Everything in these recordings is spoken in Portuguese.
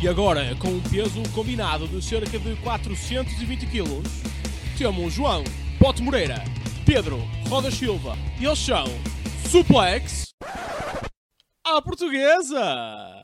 agora, com um peso combinado de cerca de 420 kg, temos João Pote Moreira, Pedro Roda Silva e eles são Suplex à Portuguesa!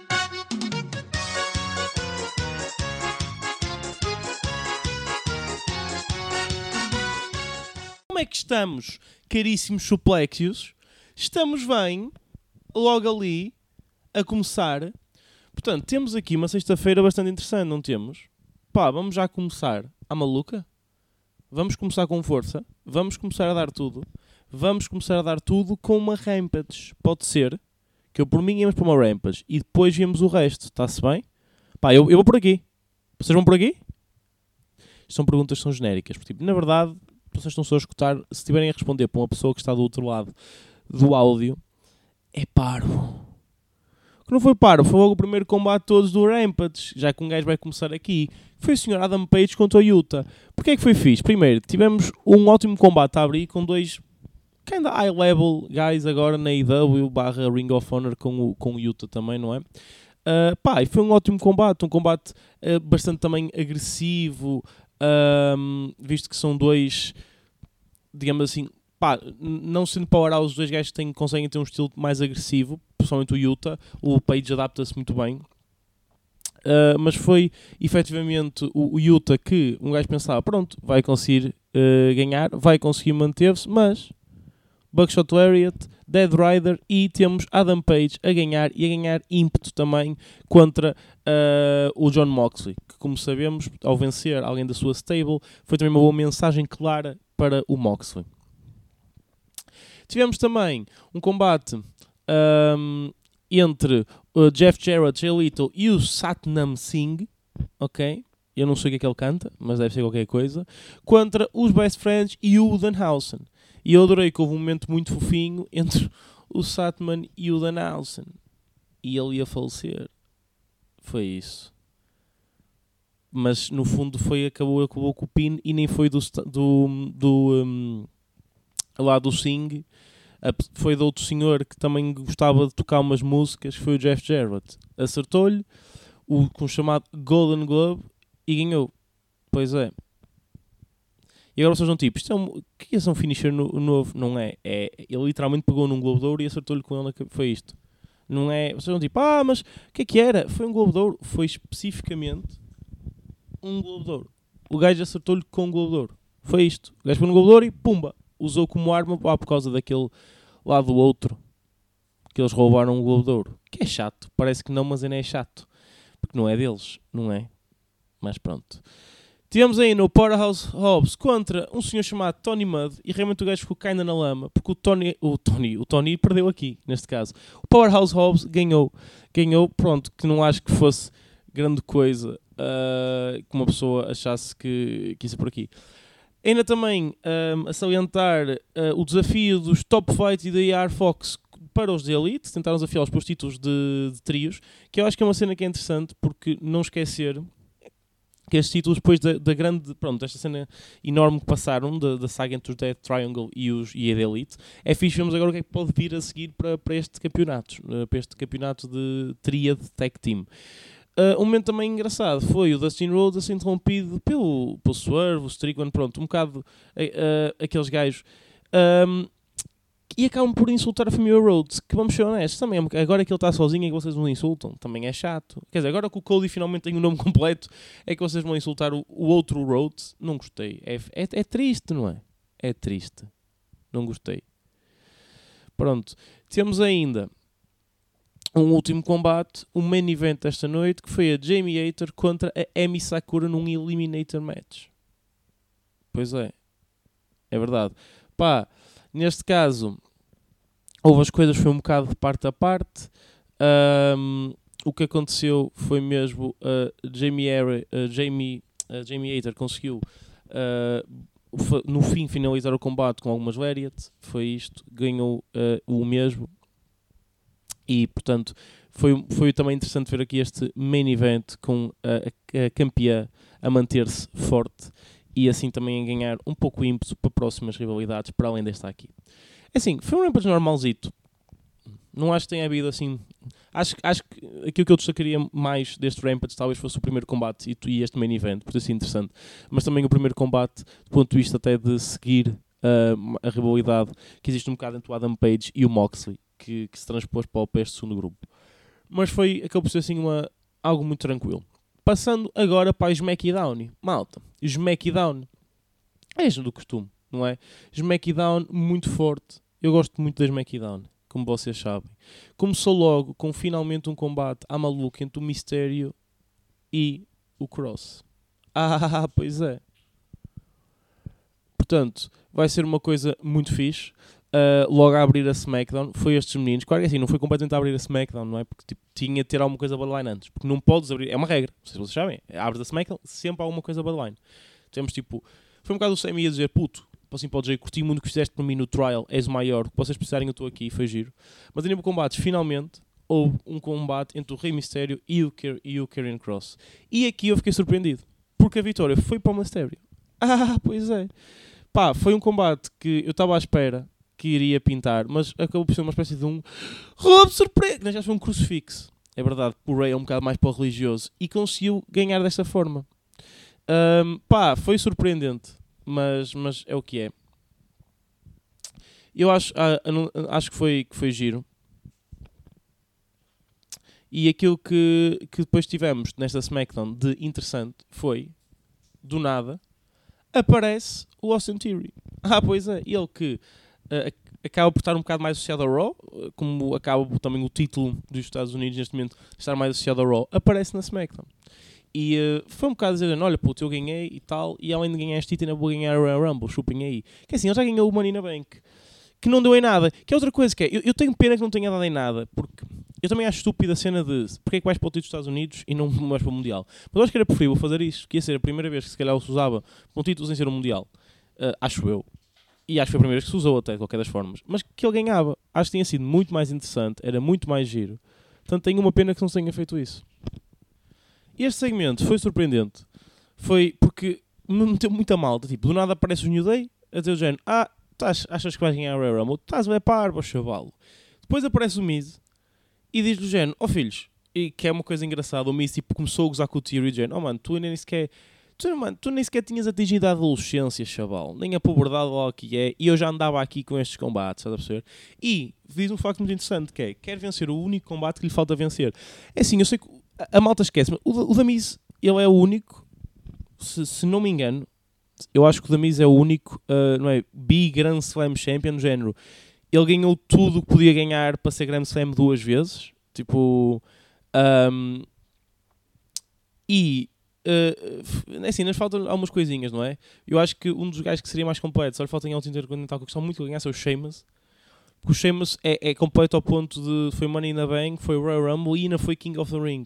Como é que estamos, caríssimos Suplexios? Estamos bem, logo ali, a começar. Portanto, temos aqui uma sexta-feira bastante interessante, não temos? Pá, vamos já começar à maluca? Vamos começar com força? Vamos começar a dar tudo? Vamos começar a dar tudo com uma Rampage. Pode ser que eu por mim íamos para uma Rampage e depois víamos o resto, está-se bem? Pá, eu vou por aqui. Vocês vão por aqui? São perguntas que são genéricas. Porque, tipo, na verdade, vocês estão só a escutar. Se estiverem a responder para uma pessoa que está do outro lado do áudio, é parvo. Que não foi parvo, foi logo o primeiro combate de todos do Rampage, já que um gajo vai começar aqui. Foi o Sr. Adam Page contra o Yuta. Porquê é que foi fixe? Primeiro, tivemos um ótimo combate a abrir com dois kinda high level guys agora na AEW / Ring of Honor com o Yuta também, não é? E foi um ótimo combate, bastante também agressivo, visto que são dois, digamos assim, não sendo powerhouse, os dois gajos conseguem ter um estilo mais agressivo, principalmente o Yuta. O Page adapta-se muito bem. Mas foi efetivamente o Yuta que um gajo pensava, pronto, vai conseguir ganhar, vai conseguir manter-se, mas Buckshot Lariat, Dead Rider e temos Adam Page a ganhar e a ganhar ímpeto também contra o Jon Moxley, que, como sabemos, ao vencer alguém da sua stable, foi também uma boa mensagem clara para o Moxley. Tivemos também um combate entre o Jeff Jarrett, Jay Lethal e o Satnam Singh, ok? Eu não sei o que é que ele canta, mas deve ser qualquer coisa, contra os Best Friends e o Danhausen. E eu adorei que houve um momento muito fofinho entre o Satman e o Danhausen. E ele ia falecer. Foi isso. Mas no fundo acabou com o pin e nem foi do Singh. Foi de outro senhor que também gostava de tocar umas músicas, foi o Jeff Jarrett. Acertou-lhe com o chamado Golden Globe e ganhou. Pois é. E agora vocês vão tipo, que é um finisher novo? Não é. Ele literalmente pegou num Globo de Ouro e acertou-lhe com ele. Foi isto. Não é. Vocês vão tipo, mas o que era? Foi um Globo de Ouro. Foi especificamente um Globo de Ouro. O gajo acertou-lhe com um Globo de Ouro. Foi isto. O gajo pegou num Globo de Ouro e pumba. Usou como arma por causa daquele lado do outro que eles roubaram um Globo de Ouro. Que é chato. Parece que não, mas ainda é chato. Porque não é deles. Não é? Mas pronto. Tivemos aí no Powerhouse Hobbs contra um senhor chamado Tony Mudd e realmente o gajo ficou caindo na lama porque o Tony perdeu aqui, neste caso. O Powerhouse Hobbs ganhou, pronto, que não acho que fosse grande coisa que uma pessoa achasse que ia por aqui. Ainda também a salientar o desafio dos Top Fights e da ER Fox para os de Elite, tentaram desafiá-los para os títulos de trios, que eu acho que é uma cena que é interessante porque não esquecer que estes títulos, depois da grande, pronto, desta cena enorme que passaram, da saga entre os Death Triangle e a The Elite, é fixe, vemos agora o que é que pode vir a seguir para este campeonato de Triad Tag Team. Um momento também engraçado foi o Dustin Rhodes a ser interrompido pelo Swerve, o Strickland, pronto, um bocado aqueles gajos. E acabam por insultar a família Rhodes, que vamos ser honestos, também agora que ele está sozinho é que vocês nos insultam, também é chato. Quer dizer, agora que o Cody finalmente tem o nome completo, é que vocês vão insultar o outro Rhodes. Não gostei. É triste, não é? É triste. Não gostei. Pronto. Temos ainda um último combate, um main event desta noite, que foi a Jamie Hayter contra a Emi Sakura num Eliminator Match. Pois é. É verdade. Neste caso, as coisas foi um bocado de parte a parte. O que aconteceu foi mesmo Jamie Hayter conseguiu no fim finalizar o combate com algumas lariat. Foi isto, ganhou o mesmo. E portanto foi também interessante ver aqui este main event com a campeã a manter-se forte e assim também a ganhar um pouco de ímpeto para próximas rivalidades, para além desta aqui. Assim, foi um Rampage normalzito. Não acho que tenha havido assim... Acho que aquilo que eu destacaria mais deste Rampage talvez fosse o primeiro combate e este main event, por ter sido interessante. Mas também o primeiro combate, do ponto de vista até de seguir a rivalidade que existe um bocado entre o Adam Page e o Moxley, que se transpôs para este segundo grupo. Mas acabou por ser assim algo muito tranquilo. Passando agora para a SmackDown. Malta, SmackDown é do costume, não é? SmackDown muito forte. Eu gosto muito da SmackDown, como vocês sabem. Começou logo com finalmente um combate à maluca entre o Mysterio e o Cross. Ah, pois é. Portanto, vai ser uma coisa muito fixe. Logo a abrir a SmackDown foi estes meninos. Claro que assim, não foi completamente a abrir a SmackDown, não é? Porque tipo, tinha de ter alguma coisa Bloodline antes. Porque não podes abrir, é uma regra, não sei se vocês sabem. Abres a SmackDown, sempre há alguma coisa Bloodline. Temos tipo, foi um bocado o Sammy a dizer, puto, assim pode dizer, curti muito o que fizeste para mim no trial, és o maior, o que vocês precisarem eu estou aqui, foi giro. Mas a nível de combates, finalmente houve um combate entre o Rey Mysterio e o Karrion Kross. E aqui eu fiquei surpreendido, porque a vitória foi para o Mysterio. Ah, pois é. Pá, foi um combate que eu estava à espera que iria pintar, mas acabou por ser uma espécie de um roubo surpresa. Não, já foi um crucifixo. É verdade, o Rey é um bocado mais para o religioso e conseguiu ganhar desta forma. Pá, foi surpreendente, mas é o que é. Eu acho que foi giro. E aquilo que depois tivemos nesta SmackDown de interessante foi, do nada, aparece o Austin Theory. Ah, pois é, ele que acaba por estar um bocado mais associado ao Raw, como acaba também o título dos Estados Unidos neste momento estar mais associado ao Raw, aparece na SmackDown. E foi um bocado dizer, olha puto, eu ganhei e tal, e além de ganhar este título ainda vou ganhar o Royal Rumble, chupem aí. Que assim, ele já ganhou o Money in the Bank, que não deu em nada. Que é outra coisa, que é, eu tenho pena que não tenha dado em nada, porque eu também acho estúpida a cena de porque é que vais para o título dos Estados Unidos e não vais para o Mundial. Mas eu acho que era preferível fazer isso, que ia ser a primeira vez que se calhar se usava um título sem ser o Mundial. Acho eu. E acho que foi a primeira vez que se usou até, de qualquer das formas. Mas que ele ganhava. Acho que tinha sido muito mais interessante, era muito mais giro. Portanto, tenho uma pena que não se tenha feito isso. E este segmento foi surpreendente. Foi porque me meteu muita malta. Tipo, do nada aparece o New Day a dizer o género, achas que vais ganhar a Royal Rumble? Estás a parvo, chavalo. Depois aparece o Miz e diz do género, filhos, e que é uma coisa engraçada, o Miz tipo, começou a gozar com o Theory, género, mano, tu nem sequer tinhas atingido a adolescência, chaval, nem a puberdade lá o que é, e eu já andava aqui com estes combates, estás a perceber? E diz um facto muito interessante, que é, quer vencer o único combate que lhe falta vencer. É assim, eu sei que a malta esquece, mas o da Miz, ele é o único, se não me engano, eu acho que o The Miz é o único, não é, Grand Slam Champion no género. Ele ganhou tudo o que podia ganhar para ser Grand Slam 2 vezes. Tipo, assim, nos faltam algumas coisinhas, não é? Eu acho que um dos gajos que seria mais completo, só lhe falta em alto intercontinental, que eu gostava muito de ganhar, é o Sheamus. Porque o Sheamus é completo ao ponto de foi Money in the Bank, foi Royal Rumble e ainda foi King of the Ring.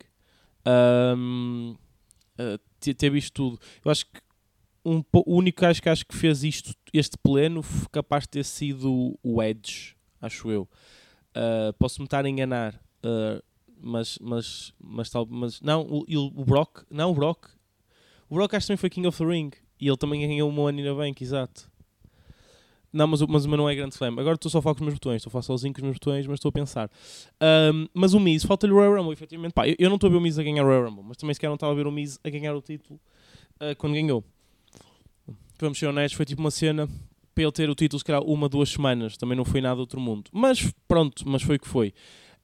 Teve isto tudo. Eu acho que o único gajo que acho que fez este pleno foi capaz de ter sido o Edge, acho eu. Posso-me estar a enganar, mas não, o Brock, não, o Brock acho que também foi King of the Ring e ele também ganhou uma Money in the Bank, exato. Não, mas o meu não é grande slam. Agora estou só a falar com os meus botões, estou a falar sozinho com os meus botões, mas estou a pensar. Mas o Miz, falta-lhe o Royal Rumble, efetivamente. Pá, eu não estou a ver o Miz a ganhar o Royal Rumble, mas também sequer não estava a ver o Miz a ganhar o título quando ganhou. Vamos ser honestos, foi tipo uma cena para ele ter o título, se calhar, 1-2 semanas. Também não foi nada do outro mundo. Mas pronto, mas foi o que foi.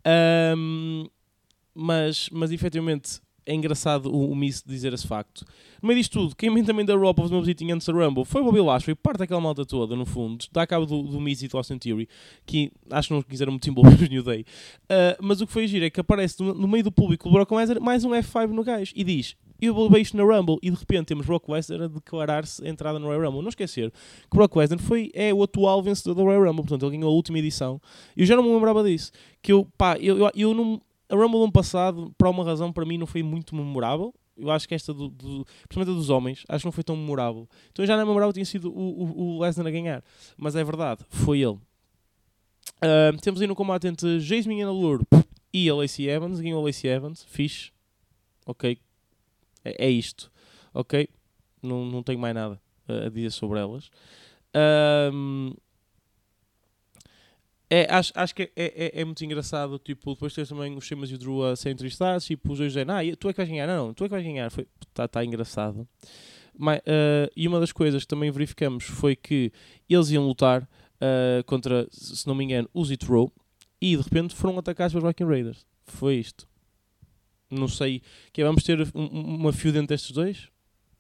Mas efetivamente é engraçado o Miz dizer esse facto. No meio disto tudo, quem vem também da Raw para fazer uma visitinha antes da Rumble foi o Bobby Lashley, parte daquela malta toda, no fundo. Dá cabo do Miz e do Austin Theory, que acho que não quiseram muito envolver no New Day. Mas o que foi giro é que aparece no meio do público o Brock Lesnar mais um F5 no gajo e diz: eu vou levar isto na Rumble, e de repente temos Brock Lesnar a declarar-se a entrada no Royal Rumble. Não esquecer que Brock Lesnar é o atual vencedor do Royal Rumble, portanto ele ganhou a última edição. Eu já não me lembrava disso. Que eu não... A Rumble do ano passado, por alguma razão, para mim não foi muito memorável. Eu acho que esta principalmente a dos homens, acho que não foi tão memorável. Então eu já não me lembrava que tinha sido o Lesnar a ganhar. Mas é verdade, foi ele. Temos aí no combate entre Jasmine Allure e a Lacey Evans. Ganhou a Lacey Evans, fixe. Ok. É isto, ok? Não tenho mais nada a dizer sobre elas. Acho que é muito engraçado, tipo, depois tens também os Sheamus e o Drew a serem entrevistados, tipo, os dois dizem, tu é que vais ganhar, não, tu é que vais ganhar, tá engraçado. E uma das coisas que também verificamos foi que eles iam lutar contra, se não me engano, os Hit Row, e de repente foram atacados pelos Viking Raiders. Foi isto. Não sei, vamos ter uma feud entre estes dois?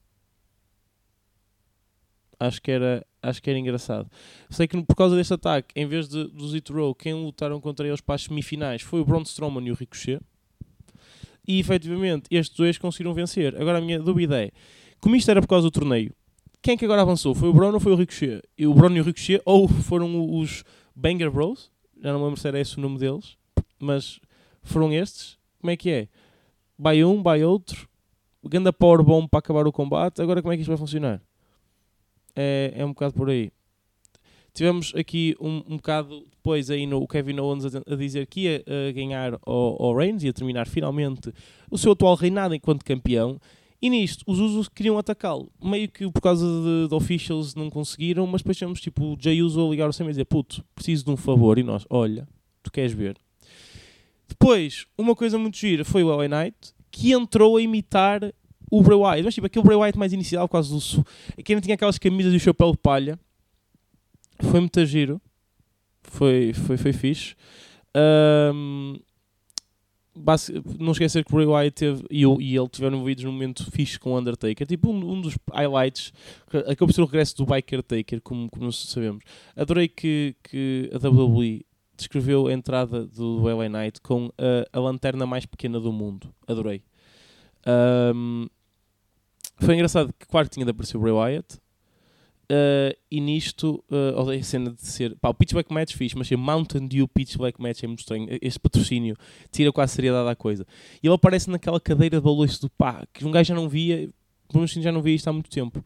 Acho que era engraçado. Sei que por causa deste ataque, em vez dos Hit Row, quem lutaram contra eles para as semifinais foi o Braun Strowman e o Ricochet. E efetivamente estes dois conseguiram vencer. Agora a minha dúvida é, como isto era por causa do torneio, quem é que agora avançou? Foi o Braun ou foi o Ricochet? E o Braun e o Ricochet, ou foram os Banger Bros? Já não me lembro se era esse o nome deles, mas foram estes? Como é que é? Vai um, vai outro, ganda powerbomb para acabar o combate. Agora como é que isto vai funcionar? É um bocado por aí. Tivemos aqui um bocado depois aí no Kevin Owens a dizer que ia ganhar ao Reigns, ia terminar finalmente o seu atual reinado enquanto campeão. E nisto, os Usos queriam atacá-lo. Meio que por causa de officials não conseguiram, mas depois temos tipo o Jey Uso a ligar ao Sami e dizer, puto, preciso de um favor. E nós, olha, tu queres ver? Depois, uma coisa muito gira foi o LA Knight, que entrou a imitar o Bray Wyatt. Mas tipo, aquele Bray Wyatt mais inicial, por causa do... que ainda tinha aquelas camisas e o chapéu de palha. Foi muito giro. Foi fixe. Não esquecer que o Bray Wyatt teve, e ele tiveram envolvidos num momento fixe com o Undertaker. Tipo, um dos highlights acabou por ser o regresso do Biker Taker, como nós sabemos. Adorei que a WWE descreveu a entrada do LA Knight com a lanterna mais pequena do mundo. Adorei. Foi engraçado que, claro, tinha de aparecer o Bray Wyatt. E nisto, a cena de ser o Pitch Black Match fixe, mas ser Mountain Dew Pitch Black Match é muito estranho. Este patrocínio tira quase a seriedade à coisa. E ele aparece naquela cadeira de balanço do que um gajo já não via, pelo menos já não via isto há muito tempo.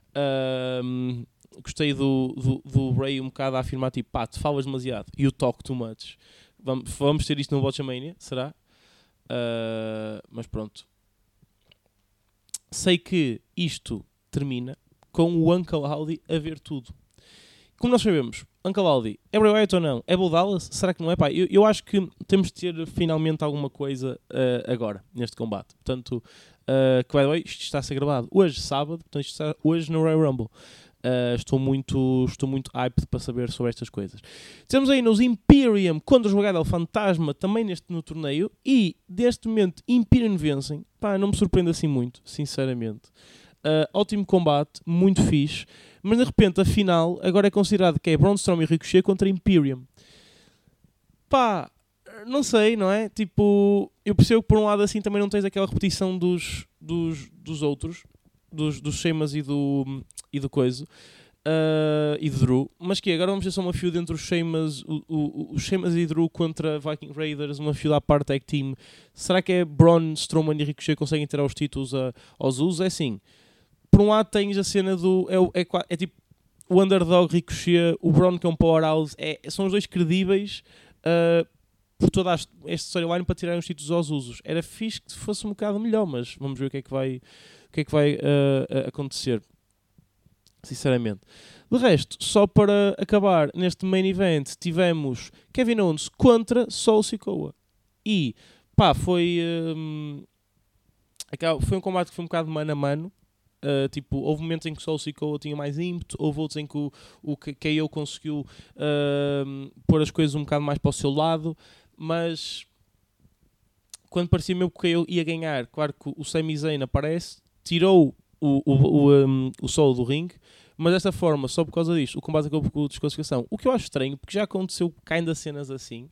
Gostei do Ray um bocado a afirmar tipo, tu falas demasiado, you talk too much. Vamos ter isto no Botchamania, será? Mas pronto. Sei que isto termina com o Uncle Howdy a ver tudo. Como nós sabemos, Uncle Howdy é Bray Wyatt ou não? É Bo Dallas? Será que não é? Eu acho que temos de ter finalmente alguma coisa agora, neste combate. Portanto, que by the way, isto está a ser gravado hoje, sábado, portanto isto está hoje no Royal Rumble. Estou muito hyped para saber sobre estas coisas. Temos aí nos Imperium contra o Jogador Fantasma, também no torneio, e deste momento Imperium vencem. Não me surpreende assim muito, sinceramente. Ótimo combate, muito fixe, mas de repente a final agora é considerado que é Braun Strowman e Ricochet contra Imperium. Não sei, não é? Tipo, eu percebo que por um lado assim também não tens aquela repetição dos outros, dos Sheamus e do coisa, e do Drew, mas que agora vamos ter só uma feud entre os Sheamus, os Sheamus e Drew contra Viking Raiders, uma feud à parte tag team. Será que é Braun, Strowman e Ricochet conseguem tirar os títulos aos Usos? É assim, por um lado tens a cena do é tipo o underdog Ricochet, o Braun que é um powerhouse, são os dois credíveis por toda esta storyline para tirarem os títulos aos Usos. Era fixe que fosse um bocado melhor, mas vamos ver o que é que vai acontecer, sinceramente. De resto, só para acabar, neste main event tivemos Kevin Owens contra Solo Sikoa. E foi um combate que foi um bocado mano a mano. Houve momentos em que Solo Sikoa tinha mais ímpeto, houve outros em que o KO conseguiu pôr as coisas um bocado mais para o seu lado, mas quando parecia mesmo que o KO ia ganhar, claro que o Sami Zayn aparece, tirou o Solo do ringue, mas desta forma, só por causa disto, o combate acabou com desclassificação. O que eu acho estranho, porque já aconteceu ainda cenas assim.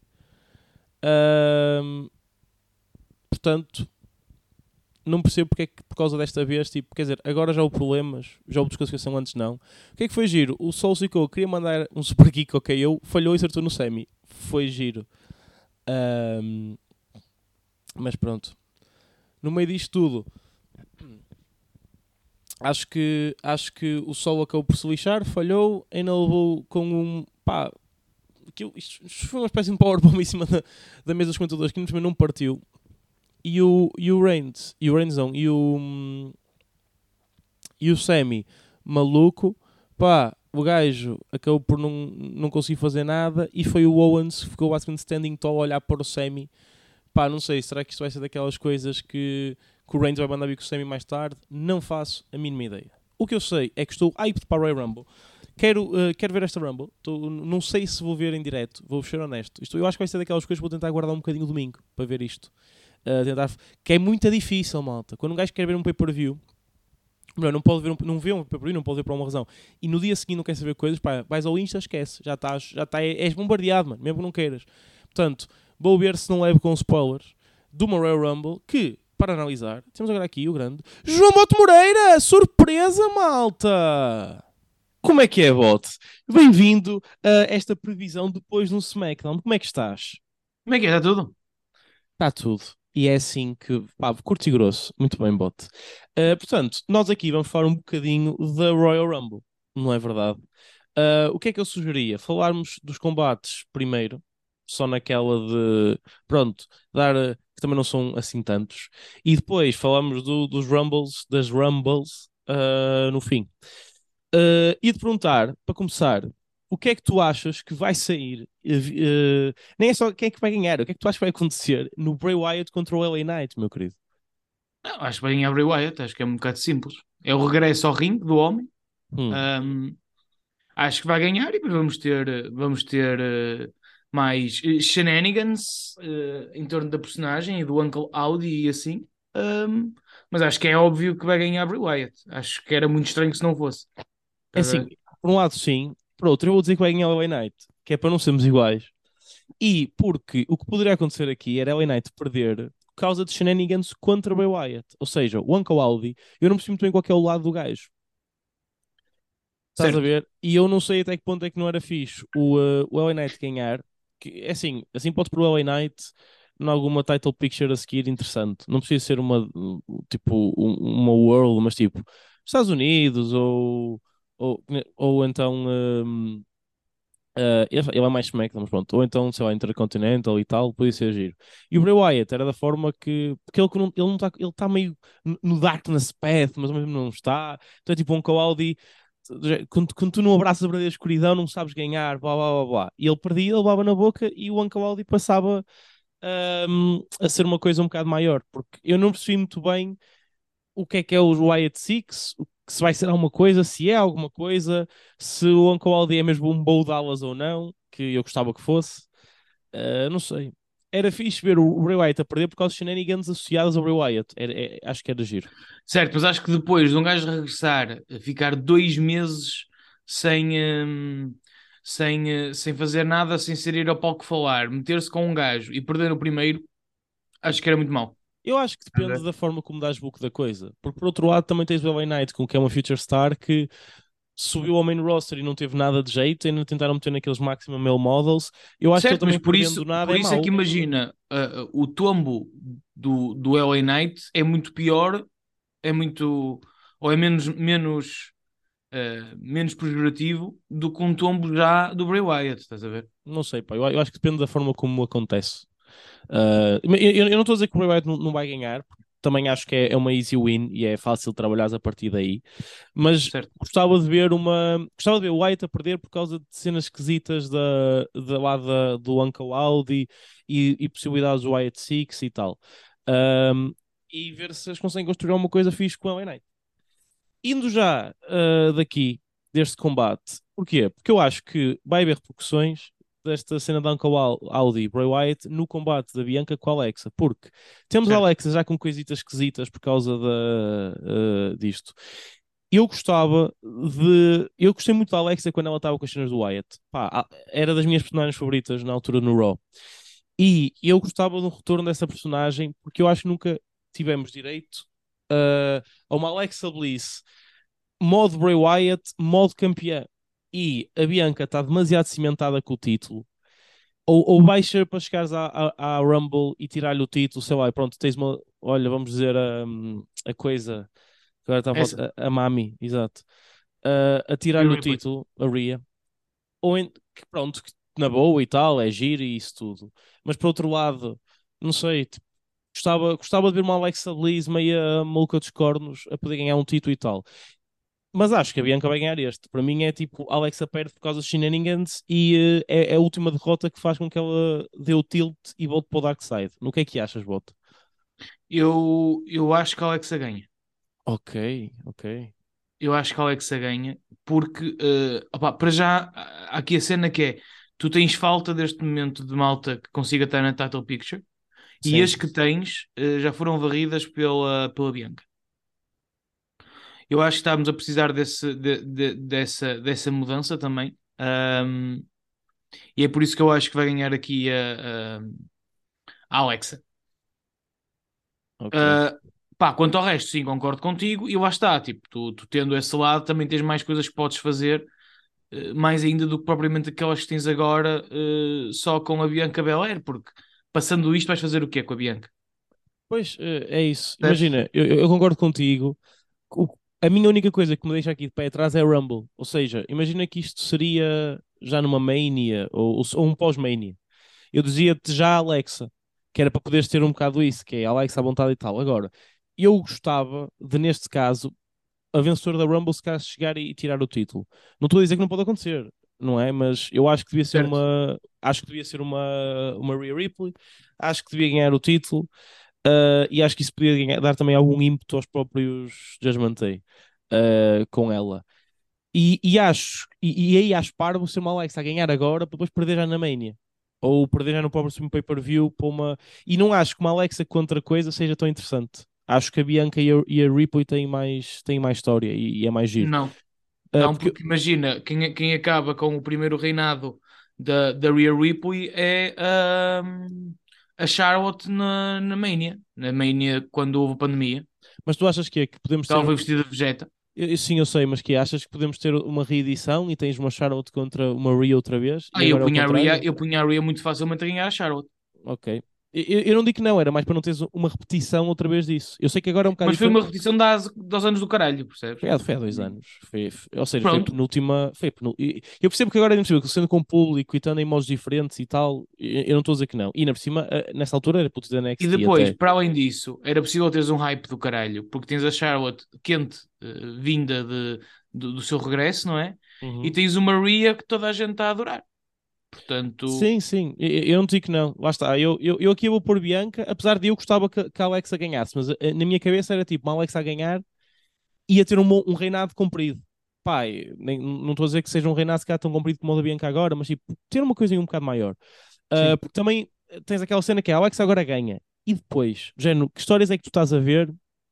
Portanto, não percebo porque é que por causa desta vez, quer dizer, agora já houve problemas, já houve desclassificação, antes não. O que é que foi giro? O Solo Sikoa queria mandar um super kick ao KO, falhou e acertou no Sami. Foi giro. Mas pronto. No meio disto tudo, acho que o Solo acabou por se lixar, falhou, ainda levou com um... isto foi uma espécie de powerbomb em cima da mesa dos comentadores, que não partiu. E o Reigns e o Sami maluco, o gajo acabou por não conseguir fazer nada e foi o Owens que ficou basicamente standing tall a olhar para o Sami. Pá, não sei, será que isto vai ser daquelas coisas que o Reigns vai mandar vir com o Sami mais tarde? Não faço a mínima ideia. O que eu sei é que estou hyped para a Royal Rumble. Quero ver esta Rumble. Não sei se vou ver em direto, vou ser honesto. Eu acho que vai ser daquelas coisas que vou tentar guardar um bocadinho domingo para ver isto. Que é muito difícil, malta. Quando um gajo quer ver um pay-per-view, melhor, não pode ver não vê um pay-per-view, não pode ver por uma razão. E no dia seguinte não quer saber coisas, pá, vais ao Insta, esquece. És bombardeado, mano, mesmo que não queiras. Portanto, vou ver se não levo com spoilers do Royal Rumble, que, para analisar, temos agora aqui o grande João Moto Moreira! Surpresa, malta! Como é que é, bot? Bem-vindo a esta previsão depois de um SmackDown. Como é que estás? Como é que é? Está tudo? Está tudo. E é assim que, pá, curto e grosso. Muito bem, bot. Portanto, nós aqui vamos falar um bocadinho da Royal Rumble, não é verdade? O que é que eu sugeria? Falarmos dos combates primeiro, só naquela de, pronto, que também não são assim tantos, e depois falamos dos Rumbles, das Rumbles, no fim. E de perguntar, para começar, o que é que tu achas que vai sair? Nem é só quem é que vai ganhar, o que é que tu achas que vai acontecer no Bray Wyatt contra o LA Knight, meu querido? Não, acho que vai ganhar Bray Wyatt, acho que é um bocado simples. É o regresso ao ringue do homem. Hum. Ahm, Acho que vai ganhar e depois vamos ter mais shenanigans em torno da personagem e do Uncle Audi e assim. Ahm, mas acho que é óbvio que vai ganhar Bray Wyatt. Acho que era muito estranho se não fosse. É Estás a assim, ver? por um lado sim, por outro eu vou dizer que vai ganhar o LA Knight, que é para não sermos iguais. E porque o que poderia acontecer aqui era LA Knight perder por causa de shenanigans contra Bray Wyatt. Ou seja, o Uncle Audi, eu não percebo muito bem qual que é o lado do gajo. Estás a Certo. ver? E eu não sei até que ponto é que não era fixe o LA Knight ganhar. Que, é assim pode pôr o LA Knight em alguma title picture a seguir interessante. Não precisa ser tipo, uma World, mas tipo, Estados Unidos ou então. Ele é mais SmackDown, mas pronto. Ou então, sei lá, Intercontinental e tal, podia ser giro. E o Bray Wyatt era da forma que. Porque ele não está. Ele está meio no Darkness Path, mas ao mesmo tempo não está. Então é tipo um Cody. Quando tu não abraças a verdadeira escuridão, não sabes ganhar, blá blá blá blá. E ele perdia, ele levava na boca e o Uncle Aldi passava a ser uma coisa um bocado maior. Porque eu não percebi muito bem o que é o Wyatt Six, se vai ser alguma coisa, se é alguma coisa, se o Uncle Aldi é mesmo um Bo Dallas ou não, que eu gostava que fosse. Não sei. Era fixe ver o Bray Wyatt a perder por causa de shenanigans associadas ao Bray Wyatt. Acho que era giro. Certo, mas acho que depois de um gajo regressar, ficar 2 meses sem, sem fazer nada, sem ser ir ao palco falar, meter-se com um gajo e perder o primeiro, acho que era muito mau. Eu acho que Estás a depende ver? da forma como dás book da coisa. Porque por outro lado também tens o LA Knight, que é uma future star que subiu ao main roster e não teve nada de jeito, ainda tentaram meter naqueles maximum male models. Eu acho que ele Certo, mas também perdendo nada por é isso é que mau. imagina, o tombo do LA Knight é muito pior, é muito, ou é menos pejorativo do que um tombo já do Bray Wyatt, estás a ver? Não sei, pá. Eu acho que depende da forma como acontece. Eu não estou a dizer que o Bray Wyatt não vai ganhar, porque também acho que é uma easy win e é fácil trabalhar a partir daí. Mas Certo. gostava de ver o Wyatt a perder por causa de cenas esquisitas do Uncle Audi e possibilidades do Wyatt Six e tal. Um, e ver se eles conseguem construir alguma coisa fixe com o LA Knight. Indo já daqui, deste combate, porquê? Porque eu acho que vai haver repercussões desta cena da Uncle Audi e Bray Wyatt no combate da Bianca com a Alexa, porque temos a Certo. Alexa já com coisitas esquisitas por causa disto. Eu gostei muito da Alexa quando ela estava com as cenas do Wyatt. Pá, era das minhas personagens favoritas na altura no Raw. E eu gostava de um retorno dessa personagem porque eu acho que nunca tivemos direito a uma Alexa Bliss modo Bray Wyatt, modo campeã. E a Bianca está demasiado cimentada com o título. Ou vais ser para chegares à Rumble e tirar-lhe o título, sei lá, e pronto, tens uma. Olha, vamos dizer a coisa. Agora está a Essa. falar. A Mami, exato. A Rhea tirar-lhe o Ripley. título, a Rhea. Que pronto, que na boa e tal, é giro e isso tudo. Mas por outro lado, não sei, tipo, gostava de ver uma Alexa Bliss meia maluca dos cornos a poder ganhar um título e tal. Mas acho que a Bianca vai ganhar este. Para mim é tipo, Alexa perde por causa dos shenanigans e é a última derrota que faz com que ela dê o tilt e volte para o Dark Side. No que é que achas, Boto? Eu acho que a Alexa ganha. Ok, ok. Eu acho que a Alexa ganha, porque, opá, para já, há aqui a cena que é: tu tens falta deste momento de malta que consiga estar na title picture, e Sim. as que tens, já foram varridas pela Bianca. Eu acho que estamos a precisar dessa mudança também. E é por isso que eu acho que vai ganhar aqui a Alexa. Ok. Uh, Pá, quanto ao resto, sim, concordo contigo. E lá está, tipo, tu tendo esse lado, também tens mais coisas que podes fazer, mais ainda do que propriamente aquelas que tens agora, só com a Bianca Belair, porque passando isto, vais fazer o quê com a Bianca? Pois é isso. Percebes? Imagina, eu concordo contigo. O- a minha única coisa que me deixa aqui de pé atrás é a Rumble. Ou seja, imagina que isto seria já numa Mania ou um pós-Mania. Eu dizia-te já a Alexa, que era para poderes ter um bocado isso, que é a Alexa à vontade e tal. Agora, eu gostava de, neste caso, a vencedora da Rumble se calhar chegar e tirar o título. Não estou a dizer que não pode acontecer, não é? Mas eu acho que devia ser Certo. uma Rhea Ripley, acho que devia ganhar o título, e acho que isso podia dar também algum ímpeto aos próprios Judgment Day, com ela. E aí acho parvo ser uma Alexa a ganhar agora para depois perder já na Mania. Ou perder já no próximo pay-per-view para uma. E não acho que uma Alexa contra coisa seja tão interessante. Acho que a Bianca e a Ripley têm mais história e é mais giro. Não, não, Porque porque imagina, quem acaba com o primeiro reinado da Rhea Ripley é a Charlotte na Mania. Na Mania, quando houve a pandemia. Mas tu achas que é que podemos Que ter. ela foi vestida de Vegeta. Sim, eu sei, mas que é? Achas que podemos ter uma reedição e tens uma Charlotte contra uma Rhea outra vez? E Ah, eu agora é o punha a Rhea, contrário? eu punha a Rhea muito facilmente a ganhar a Charlotte. Ok. Eu não digo que não, era mais para não teres uma repetição outra vez disso. Eu sei que agora é um bocado Mas foi diferente. uma repetição dos anos do caralho, percebes? Foi há 2 anos. Ou seja, foi a Pronto. penúltima. Eu percebo que agora, ainda por cima, sendo com o público e estando em modos diferentes e tal, eu não estou a dizer que não. E ainda por cima, nessa altura era puto da E NXT depois, até. para além disso, era possível teres um hype do caralho, porque tens a Charlotte quente, vinda do seu regresso, não é? E Uhum. tens uma Rhea que toda a gente está a adorar. Portanto, Sim, sim. Eu não digo que não. Lá está. Eu aqui vou pôr Bianca, apesar de eu gostava que a Alexa ganhasse, mas na minha cabeça era tipo, uma Alexa a ganhar ia ter um reinado comprido. Pai, não estou a dizer que seja um reinado se calhar tão comprido como o da Bianca agora, mas tipo, ter uma coisinha um bocado maior. sim. Porque também tens aquela cena que é a Alex agora ganha. E depois, género, que histórias é que tu estás a ver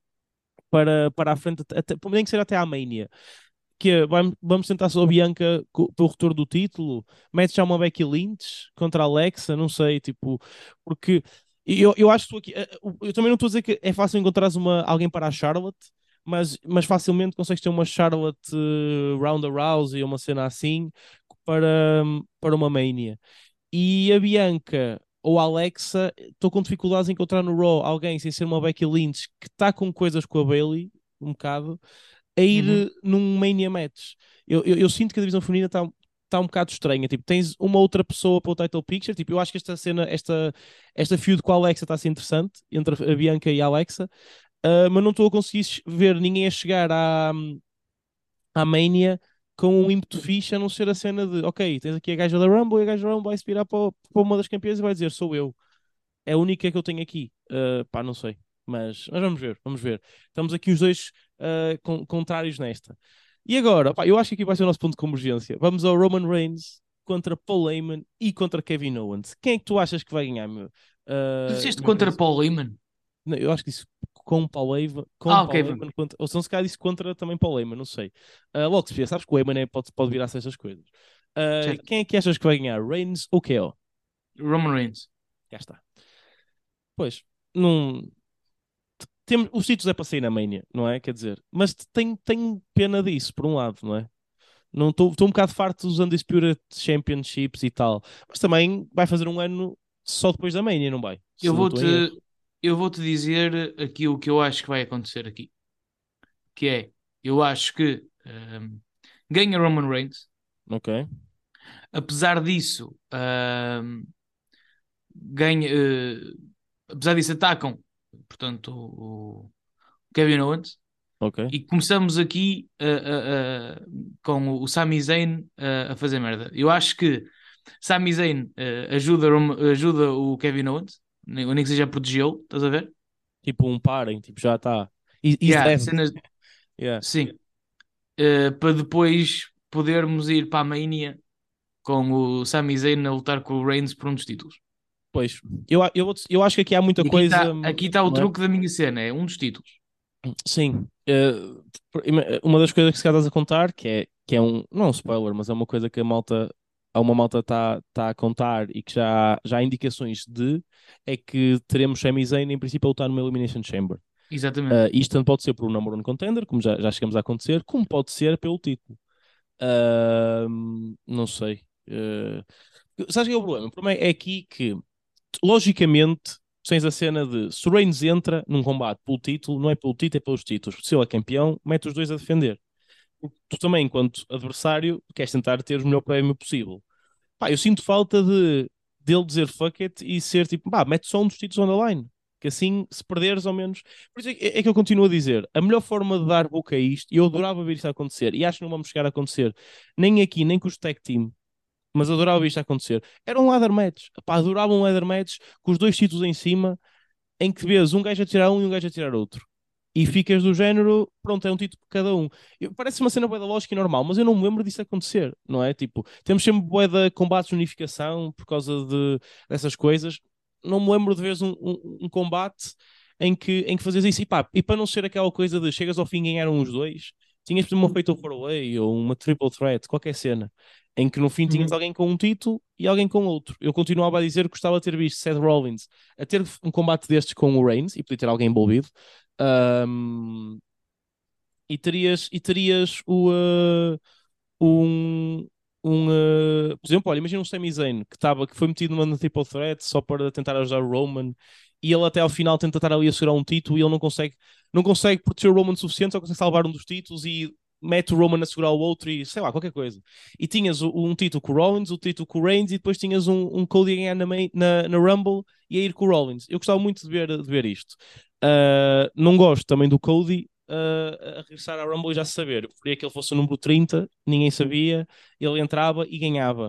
para a frente, nem que ser até à Mania? Que é, vamos tentar só a Bianca pelo retorno do título? Metes já uma Becky Lynch contra a Alexa? Não sei, tipo, porque eu acho que tu aqui, eu também não estou a dizer que é fácil encontrar alguém para a Charlotte, mas facilmente consegues ter uma Charlotte Ronda Rousey ou uma cena assim para uma Mania. E a Bianca ou a Alexa, estou com dificuldades em encontrar no Raw alguém sem ser uma Becky Lynch que está com coisas com a Bailey, um bocado, a ir Uhum. num Mania Match. Eu sinto que a divisão feminina está um bocado estranha. Tipo, tens uma outra pessoa para o title picture. Tipo, eu acho que esta cena, esta feud com a Alexa está a ser interessante entre a Bianca e a Alexa, mas não estou a conseguir ver ninguém a chegar à Mania com um ímpeto fixe, a não ser a cena de ok, tens aqui a gaja da Rumble e a gaja da Rumble vai se virar para uma das campeãs e vai dizer sou eu. É a única que eu tenho aqui. Pá, não sei. Mas vamos ver, vamos ver. Estamos aqui os dois contrários nesta. E agora, pá, eu acho que aqui vai ser o nosso ponto de convergência. Vamos ao Roman Reigns contra Paul Heyman e contra Kevin Owens. Quem é que tu achas que vai ganhar, Tu disseste meu contra caríssimo? Paul Heyman? Não, eu acho que isso com Paul Heyman, Ah, ok, vamos. contra, ou se não se calhar disse contra também Paul Heyman, não sei. Logo se vê, sabes que o Heyman pode virar-se essas coisas. Certo. Quem é que achas que vai ganhar? Reigns ou KO? Roman Reigns. Já está. Pois, não, os títulos é para sair na Mania, não é? Quer dizer, mas tenho pena disso, por um lado, não é? Não estou um bocado farto dos Undisputed Championships e tal, mas também vai fazer um ano só depois da Mania, não vai? Eu Se não estou vou-te, em erro. eu vou-te dizer aqui o que eu acho que vai acontecer aqui. Que é, eu acho que ganha Roman Reigns. Ok. Apesar disso, ganha, apesar disso atacam, portanto, o Kevin Owens. Ok. E começamos aqui com o Sami Zayn a fazer merda. Eu acho que Sami Zayn ajuda o Kevin Owens, nem que seja a protegê-lo, estás a ver? Tipo um parem, tipo já está. He's Yeah, dead. Yeah. sim. Para depois podermos ir para a Mania com o Sami Zayn a lutar com o Reigns por um dos títulos. Pois, eu acho que aqui há muita E aqui coisa, está aqui tá o não é? truque da minha cena, é um dos títulos. Sim. Uma das coisas que se calhar estás a contar, que é não é um spoiler, mas é uma coisa que há uma malta tá a contar e que já há indicações é que teremos Sami Zayn em princípio a lutar numa Elimination Chamber. Exatamente. Isto tanto pode ser por um number one contender, como já chegamos a acontecer, como pode ser pelo título. Não sei. Sabes o que é o problema? O problema é aqui que, logicamente, tens a cena de se o Reigns entra num combate pelo título, não é pelo título, é pelos títulos. Se ele é campeão, mete os dois a defender. Tu também, enquanto adversário, queres tentar ter o melhor prémio possível. Pá, eu sinto falta dele dizer fuck it e ser tipo, pá, mete só um dos títulos on the line. Que assim, se perderes ao menos. Por isso é que eu continuo a dizer: a melhor forma de dar boca a isto, e eu adorava ver isto acontecer, e acho que não vamos chegar a acontecer, nem aqui, nem com os tag team, mas adorava ver isto acontecer. Era um ladder match. Pá, adorava um ladder match com os dois títulos em cima, em que vês um gajo a tirar um e um gajo a tirar outro. E ficas do género, pronto, é um título para cada um. Parece uma cena bué da lógica e normal, mas eu não me lembro disso acontecer, não é? Tipo, temos sempre bué de combates de unificação por causa dessas coisas. Não me lembro de ver um combate em que fazes isso. E pá, e para não ser aquela coisa de chegas ao fim e ganharam os dois, tinhas por exemplo uma Fatal 4-Way ou uma Triple Threat, qualquer cena, em que no fim tinhas Uhum. alguém com um título e alguém com outro. Eu continuava a dizer que gostava de ter visto Seth Rollins a ter um combate destes com o Reigns e podia ter alguém envolvido. Um, e terias um, por exemplo, olha, imagina um Sami Zayn que foi metido numa triple threat só para tentar ajudar o Roman e ele até ao final tenta estar ali a segurar um título e ele não consegue proteger o Roman o suficiente, só consegue salvar um dos títulos e mete o Roman a segurar o outro e sei lá, qualquer coisa. E tinhas um título com o Rollins, o título com o Reigns e depois tinhas um Cody a ganhar na Rumble e a ir com o Rollins. Eu gostava muito de ver isto. Não gosto também do Cody a regressar à Rumble e já se saber. Eu preferia que ele fosse o número 30, ninguém sabia, ele entrava e ganhava.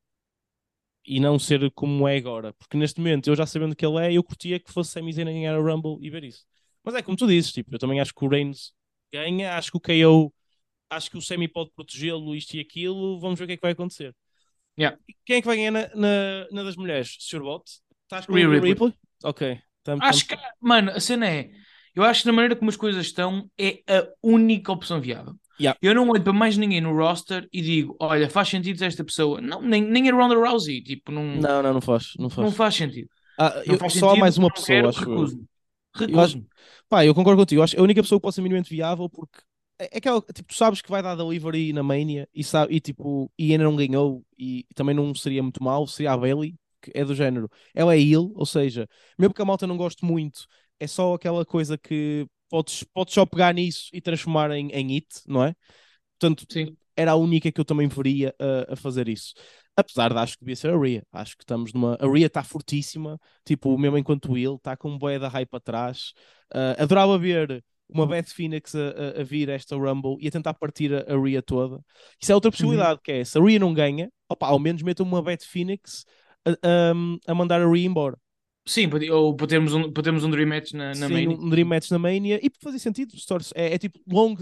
E não ser como é agora. Porque neste momento, eu já sabendo que ele é, eu curtia que fosse Sami Zayn a ganhar a Rumble e ver isso. Mas é como tu dizes, tipo, eu também acho que o Reigns ganha, acho que o KO, acho que o Sami pode protegê-lo, isto e aquilo, vamos ver o que é que vai acontecer. Yeah. Quem é que vai ganhar na das mulheres? Sr. Bot? Estás com Rhea o Rhea Ripley. Ripley? Ok. Acho que, mano, a cena é. Eu acho que da maneira como as coisas estão, é a única opção viável. Yeah. Eu não olho para mais ninguém no roster e digo, olha, faz sentido esta pessoa. Não, nem a Ronda Rousey, tipo, não, Não, não, não faz. Não não faz. faz sentido. Não faz Só há sentido, mais uma não pessoa, quero, acho eu. recuso-me. Eu acho, Recuso-me. pá, eu concordo contigo. Eu acho que a única pessoa que pode ser minimamente viável porque é aquela, tipo, tu sabes que vai dar delivery na Mania e ainda não ganhou e também não seria muito mal, seria a Bailey, que é do género. Ela é heel, ou seja, mesmo que a malta não goste muito, é só aquela coisa que podes só pegar nisso e transformar em it, não é? Portanto, Sim. era a única que eu também veria a fazer isso. Apesar de acho que devia ser a Rhea. Acho que estamos numa. A Rhea está fortíssima, tipo, mesmo enquanto ele está com um bué da hype atrás. Adorava ver uma Beth Phoenix a vir esta Rumble e a tentar partir a Rhea toda. Isso é outra Uhum. possibilidade, que é se a Rhea não ganha, opa, ao menos metam uma Beth Phoenix a mandar a Rhea embora. Sim, ou para termos um Dream Match na Sim, Mania. um Dream Match na Mania e por fazer sentido, é tipo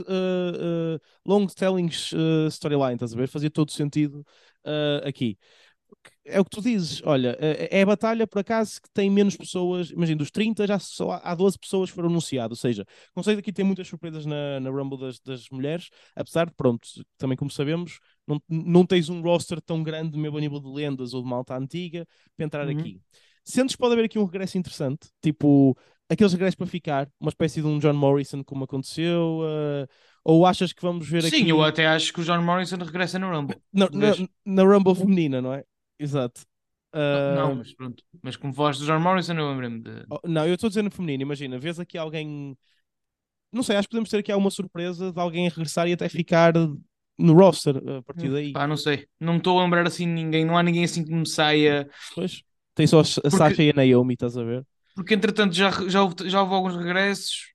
long telling storyline, estás a ver? Fazia todo sentido aqui. É o que tu dizes, olha, é a batalha por acaso que tem menos pessoas, imagina, dos 30 já só há 12 pessoas que foram anunciadas, ou seja, consegue aqui ter muitas surpresas na Rumble das mulheres, apesar de, pronto, também como sabemos, não tens um roster tão grande mesmo a nível de lendas ou de malta antiga para entrar Uhum. aqui. Sentes que pode haver aqui um regresso interessante, tipo aqueles regressos para ficar, uma espécie de um John Morrison como aconteceu, ou achas que vamos ver Sim, eu aqui até acho que o John Morrison regressa no Rumble. na, na, Vês? na Rumble feminina, não é? Exato. Não, Ah, mas pronto. Mas como falaste do John Morrison, eu lembrei-me de. não, eu estou dizendo feminino, imagina, vês aqui alguém, não sei, acho que podemos ter aqui alguma surpresa de alguém a regressar e até ficar no roster a partir daí. Pá, não sei. Não me estou a lembrar assim de ninguém. Não há ninguém assim que me saia. Pois, tem só a Porque, Sasha e a Naomi, estás a ver? porque entretanto já houve alguns regressos.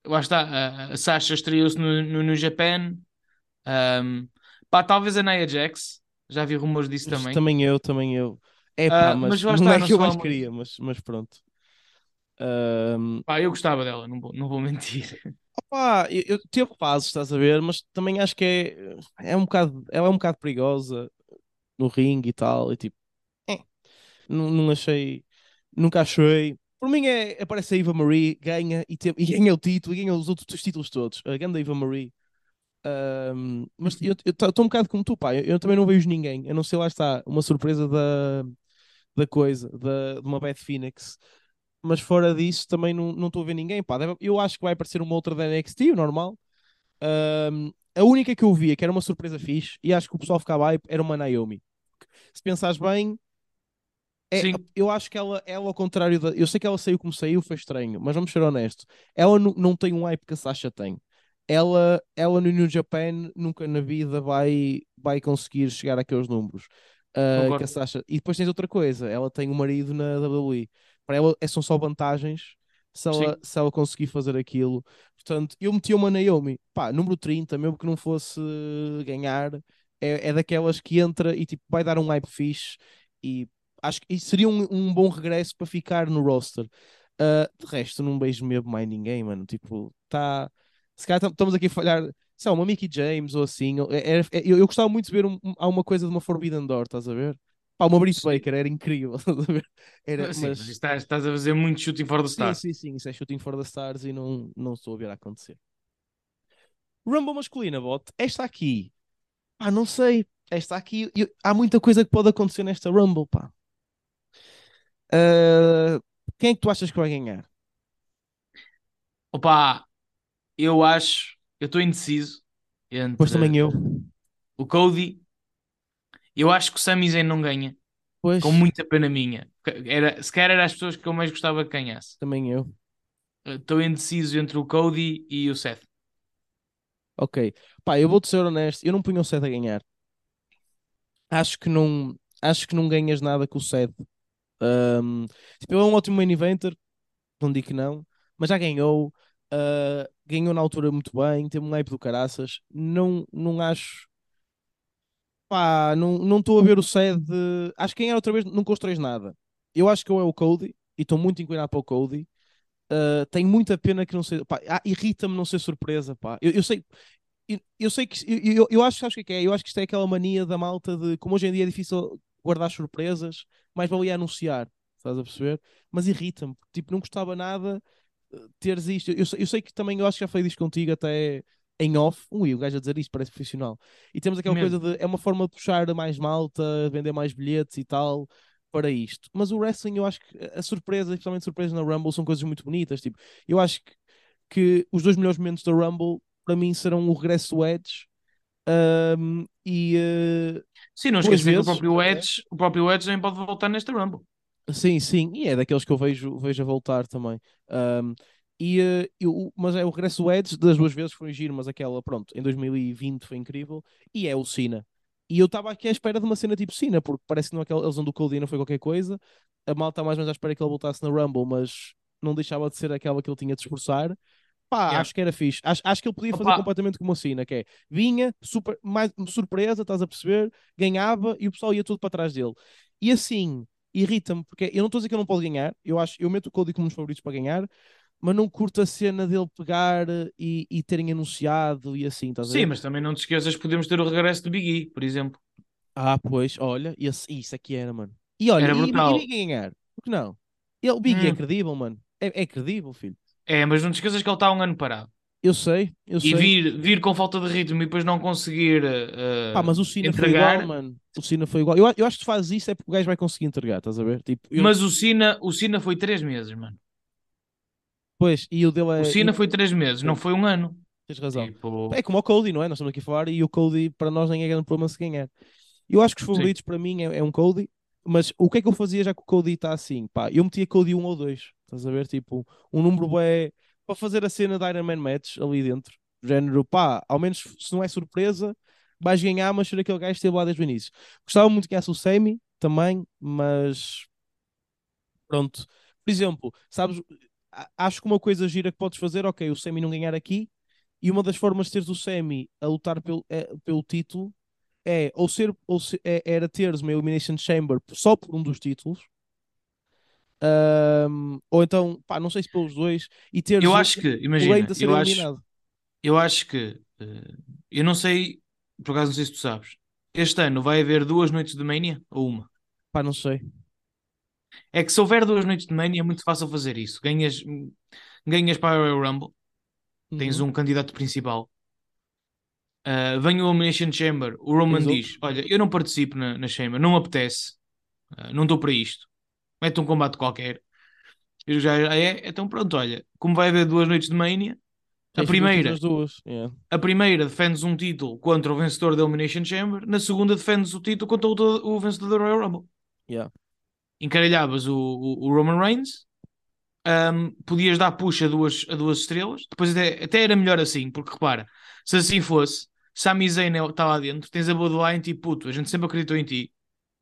lá está, a Sasha estreou-se no New Japan. Um, pá, talvez a Nia Jax, já vi rumores disso Mas também. também eu, também eu. É pá, Mas mas lá não está, é não que se eu fala mais muito. queria, mas pronto. Ahm, Pá, eu gostava dela, não vou mentir. Opá, eu teve fases, estás a ver, mas também acho que é um bocado, ela é um bocado perigosa no ringue e tal, e tipo, eh, não achei, nunca achei. Por mim aparece a Eva Marie, ganha e ganha o título, e ganha os outros títulos todos. A grande Eva Marie. Mas eu estou um bocado como tu, pá. Eu também não vejo ninguém. Eu não sei, lá está, uma surpresa da coisa, de uma Beth Phoenix. Mas fora disso, também não estou a ver ninguém, pá. Eu acho que vai aparecer uma outra da NXT, o normal. A única que eu via, que era uma surpresa fixe, e acho que o pessoal ficava hype, era uma Naomi. Se pensares bem, Sim, eu acho que ela, ao contrário da. Eu sei que ela saiu como saiu, foi estranho, mas vamos ser honestos. Ela não tem um hype que a Sasha tem. Ela no New Japan nunca na vida vai conseguir chegar àqueles números. Que a concordo. Sasha. E depois tens outra coisa, ela tem um marido na WWE. Para ela são só vantagens se ela, Sim, se ela conseguir fazer aquilo. Portanto, eu meti uma Naomi, pá, número 30 mesmo que não fosse ganhar, é daquelas que entra e tipo, vai dar um hype fixe. E acho que isso seria um bom regresso para ficar no roster. De resto, não beijo mesmo mais ninguém, mano. Tipo, tá. Se calhar estamos aqui a falhar. Sei lá, uma Mickey James ou assim. Eu gostava muito de ver há uma coisa de uma Forbidden Door, estás a ver? Pá, uma Britt sim. Baker, era incrível, estás a ver? Sim, mas Mas estás a fazer muito shooting for the sim, stars. sim, sim, isso é Shooting for the Stars e não estou a ver a acontecer. Rumble masculina, bot. Esta aqui, pá, não sei. Esta aqui, há muita coisa que pode acontecer nesta Rumble, pá. Ah, quem é que tu achas que vai ganhar? Opa, eu estou indeciso Pois também entre eu. o Cody. Eu acho que o Sami Zayn não ganha, com Pois, muita pena minha. Se calhar era as pessoas que eu mais gostava que ganhasse. também eu. Estou indeciso entre o Cody e o Seth. Ok. Pá, eu vou-te ser honesto, eu não punho o Seth a ganhar. Acho que não ganhas nada com o Seth. Tipo, ele é um ótimo main eventer, não digo que não, mas já ganhou. Ganhou na altura muito bem, teve um hype do caraças. Não acho. Pá, não estou a ver o Seth. Acho que ganhar outra vez não constróis nada. Eu acho que ou é o Cody, e estou muito inclinado para o Cody. Tenho muita pena que não seja. Pá, irrita-me não ser surpresa. Pá. Eu sei, eu sei que eu acho, sabes o que é? Eu acho que isto é aquela mania da malta de como hoje em dia é difícil guardar surpresas, mais valia anunciar, estás a perceber? Mas irrita-me, porque, tipo, não gostava nada teres isto. Eu sei que também eu acho que já falei disto contigo até em off. Ui, o gajo a dizer isto parece profissional. E temos aquela coisa Mesmo. de é uma forma de puxar mais malta, vender mais bilhetes e tal. Para isto, mas o wrestling eu acho que a surpresa, especialmente surpresas na Rumble, são coisas muito bonitas. Tipo, eu acho que os dois melhores momentos da Rumble para mim serão o regresso do Edge e Sim, não duas esquecer que vezes até. O próprio Edge também pode voltar nesta Rumble. Sim, sim, e é daqueles que eu vejo a voltar também. Mas é o regresso do Edge, das duas vezes foi giro, mas aquela, pronto, em 2020 foi incrível. E é o Cena. E eu estava aqui à espera de uma cena tipo Cena, porque parece que não é aquela, eles do Cold não foi qualquer coisa. A malta está mais ou menos à espera que ele voltasse na Rumble, mas não deixava de ser aquela que ele tinha de esforçar. Pá, Yeah. acho que era fixe. Acho que ele podia fazer Opa, completamente como a Cena, que é vinha, mais surpresa, estás a perceber? Ganhava e o pessoal ia tudo para trás dele. E assim, irrita-me, porque eu não estou a dizer que ele não pode ganhar, eu meto o Cody como um dos favoritos para ganhar, mas não curto a cena dele pegar e terem anunciado e assim, estás a sim, ver? mas também não te esqueças que podemos ter o regresso do Big E, por exemplo. Ah, pois, olha, isso aqui era, mano. E olha, Era e brutal. Big ganhar, por que não? O Big é Hum, credível, mano. É credível, filho. mas não te esqueças que ele está há um ano parado. Eu sei, eu E sei. vir com falta de ritmo e depois não conseguir Pá, mas o Cena foi igual, entregar. mano. O Cena foi igual. Eu acho que tu fazes isso é porque o gajo vai conseguir entregar, estás a ver? Tipo, Mas o Cena foi 3 meses, mano. pois, e o dele O é. Cena foi 3 meses, não Pois, foi um ano. tens razão. É Tipo, como o Cody, não é? Nós estamos aqui a falar e o Cody, para nós, nem é grande problema se ganhar. Eu acho que os sim. favoritos para mim é um Cody, mas o que é que eu fazia já que o Cody está assim? Pá, eu metia Cody um ou 2, estás a ver? Tipo, um número é para fazer a cena da Iron Man Match ali dentro. Do género, pá, ao menos se não é surpresa, vais ganhar, mas ser aquele gajo que esteve lá desde o início. Gostava muito que ganhasse o Semi também, mas pronto. Por exemplo, sabes? acho que uma coisa gira que podes fazer, ok, o Sami não ganhar aqui, e uma das formas de teres o Sami a lutar pelo título era teres uma Elimination Chamber só por um dos títulos, ou então, pá, não sei se pelos dois, e teres Eu o, acho que, o Reigns imagina, a ser eliminado. eu acho que, eu não sei, por acaso não sei se tu sabes, este ano vai haver 2 noites de Mania ou uma? Pá, não sei. É que se houver 2 noites de Mania é muito fácil fazer isso. Ganhas para a Royal Rumble, tens Uhum. um candidato principal. Vem o Elimination Chamber, o Roman Tens outro? diz: Olha, eu não participo na Chamber, não me apetece, não estou para isto. Mete um combate qualquer. Eu já então pronto, olha, como vai haver 2 noites de Mania, a Tens de fazer o título primeira, das duas. Yeah. a primeira defendes um título contra o vencedor da Elimination Chamber, na segunda defendes o título contra o vencedor da Royal Rumble. Yeah. Encaralhavas o Roman Reigns, podias dar push a duas estrelas, depois até era melhor assim, porque repara, se assim fosse, Sami Zayn está lá dentro, tens a Bloodline tipo, puto, a gente sempre acreditou em ti,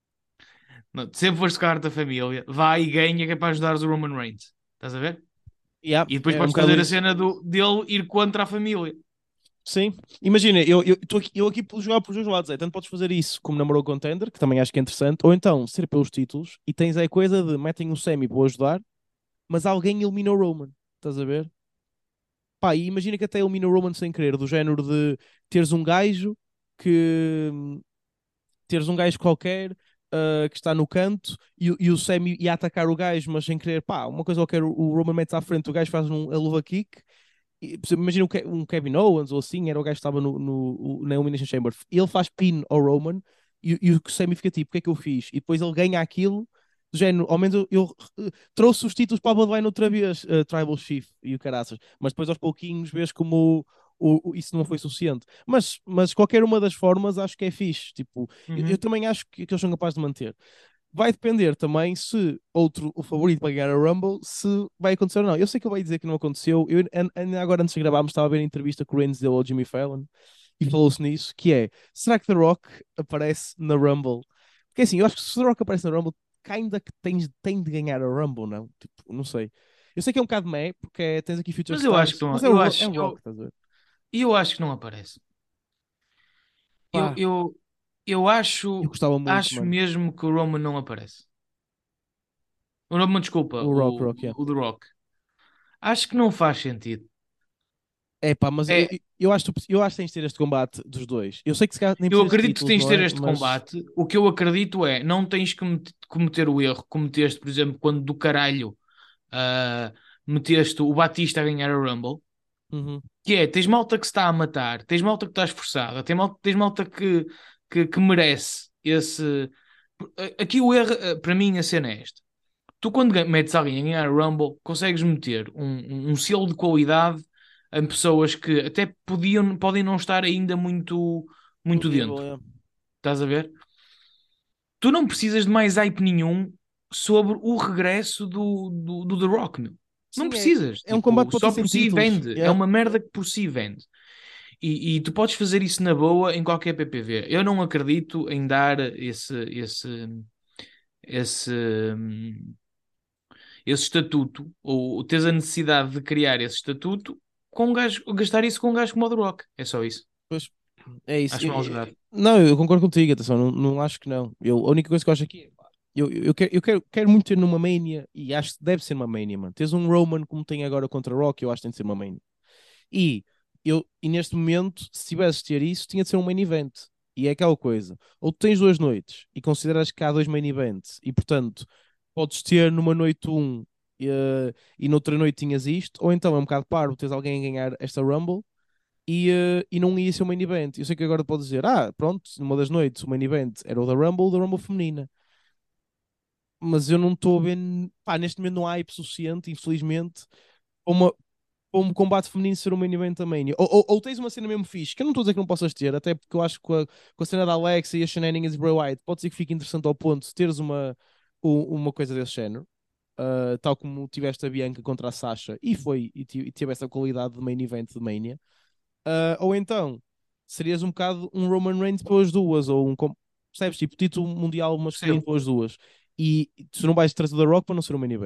não, sempre foste cara da família, vai e ganha que é para ajudar o Roman Reigns, estás a ver? Yeah. E depois É um podes bocado fazer a isso. cena dele ir contra a família. Sim, imagina, eu aqui pude jogar por dois lados. Tanto podes fazer isso como namorou contender, que também acho que é interessante, ou então ser pelos títulos e tens aí a coisa de metem o Semi para o ajudar, mas alguém elimina o Roman. Estás a ver? Pá, e imagina que até elimina o Roman sem querer, do género de teres um gajo que teres um gajo qualquer que está no canto e o Semi ia atacar o gajo, mas sem querer, pá, uma coisa qualquer, o Roman mete à frente, o gajo faz a luva kick. Por exemplo, imagina um Kevin Owens ou assim, era o gajo que estava na Elimination Chamber. Ele faz pin ao Roman e o Sami fica tipo: o que é que eu fiz? E depois ele ganha aquilo, do género, ao menos eu trouxe os títulos para a Bloodline outra vez, Tribal Chief e o caraças. Mas depois aos pouquinhos vês como isso não foi suficiente. Mas qualquer uma das formas acho que é fixe. Tipo, eu Uhum. também acho que eles são capazes de manter. Vai depender também se o favorito para ganhar a Rumble, se vai acontecer ou não. Eu sei que ele vai dizer que não aconteceu. Ainda agora, antes de gravarmos, estava a ver a entrevista que o Reigns deu ao Jimmy Fallon e falou-se nisso, que é, será que The Rock aparece na Rumble? Porque assim, eu acho que se The Rock aparece na Rumble, ainda que tem de ganhar a Rumble, não? Tipo, não sei. Eu sei que é um bocado meh, porque tens aqui Future Mas eu acho que Stars, não, mas é o Rock, estás a ver? eu acho que não aparece. Eu, Pá, eu, eu eu acho, gostava muito, acho mano. mesmo que o Roman não aparece. O Roman, desculpa, O Rock, yeah. o The Rock. Acho que não faz sentido. É pá, mas eu, É, eu acho, eu acho que tens de ter este combate dos dois. Eu sei que se calhar nem eu precisas de acredito que títulos, tens de não ter é? este Mas. combate. O que eu acredito é, não tens que cometer o erro que cometeste, por exemplo, quando do caralho ah, meteste o Batista a ganhar a Rumble. Uhum. Que é, tens malta que se está a matar, tens malta que está esforçada, tens malta que merece esse. Aqui o erro, para mim, a cena é esta. Tu, quando metes alguém a ganhar a Rumble, consegues meter um selo de qualidade em pessoas que até podem não estar ainda muito, No muito nível, dentro. é. Estás a ver? Tu não precisas de mais hype nenhum sobre o regresso do The Rock, meu. Não Sim, precisas. é um combate Tipo, que pode ser só sem por si títulos. vende. É Yeah. uma merda que por si vende. E tu podes fazer isso na boa em qualquer PPV. Eu não acredito em dar esse, hum, esse estatuto, ou tens a necessidade de criar esse estatuto com um gajo, gastar isso com um gajo como o The Rock. É só isso. Pois, é isso. Acho mal jogado. Não, eu concordo contigo, atenção, não acho que não. A única coisa que eu acho aqui é, pá, eu quero muito ter numa Mania, e acho que deve ser uma Mania, mano. Tens um Roman como tem agora contra Rock, eu acho que tem de ser uma Mania. E, e neste momento, se tivesse de ter isso, tinha de ser um main event. E é aquela coisa. Ou tu tens duas noites e consideras que há dois main events e, portanto, podes ter numa noite um e noutra noite tinhas isto, ou então é um bocado parvo, tens alguém a ganhar esta Rumble e não ia ser o main event. Eu sei que agora podes dizer, pronto, numa das noites o main event era o da Rumble feminina. Mas eu não estou a ver, pá, neste momento não há hype suficiente, infelizmente, para um combate feminino ser um main event também. Ou tens uma cena mesmo fixe, que eu não estou a dizer que não possas ter, até porque eu acho que com a cena da Alexa e a Shenanigans de Bray Wyatt, pode ser que fique interessante ao ponto de teres uma coisa desse género. Tal como tiveste a Bianca contra a Sasha e teve essa qualidade de main event de Mania. Ou então serias um bocado um Roman Reigns pelas duas, percebes? Tipo, título mundial masculino Percebo. pelas duas. E tu não vais trazer da Rock para não ser um main event.